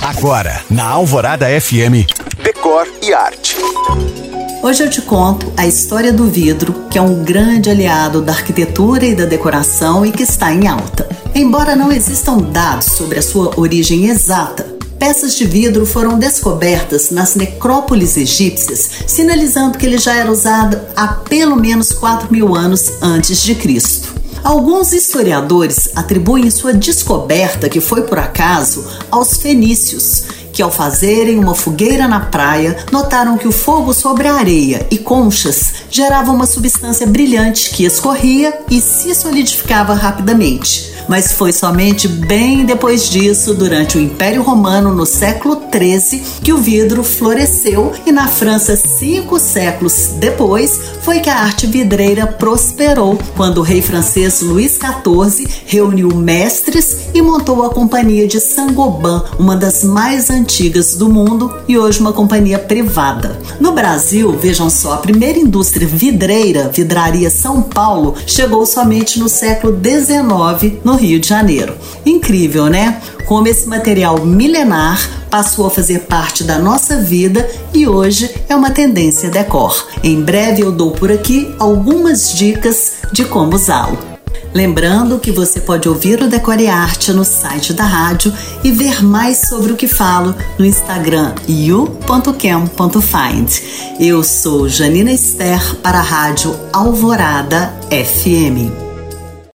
Agora, na Alvorada FM, Decor e Arte. Hoje eu te conto a história do vidro, que é um grande aliado da arquitetura e da decoração e que está em alta. Embora não existam dados sobre a sua origem exata, peças de vidro foram descobertas nas necrópolis egípcias, sinalizando que ele já era usado há pelo menos 4.000 anos antes de Cristo. Alguns historiadores atribuem sua descoberta, que foi por acaso, aos fenícios, que ao fazerem uma fogueira na praia, notaram que o fogo sobre a areia e conchas gerava uma substância brilhante que escorria e se solidificava rapidamente. Mas foi somente bem depois disso, durante o Império Romano, no século XIII, que o vidro floresceu, e na França, 5 séculos depois, foi que a arte vidreira prosperou, quando o rei francês Luís XIV reuniu mestres e montou a Companhia de Saint-Gobain, uma das mais antigas do mundo e hoje uma companhia privada. No Brasil, vejam só, a primeira indústria vidreira, Vidraria São Paulo, chegou somente no século XIX, no Rio de Janeiro. Incrível, né? Como esse material milenar passou a fazer parte da nossa vida e hoje é uma tendência decor. Em breve eu dou por aqui algumas dicas de como usá-lo. Lembrando que você pode ouvir o Decor e Arte no site da rádio e ver mais sobre o que falo no Instagram you.cam.find. Eu sou Janina Esther para a Rádio Alvorada FM.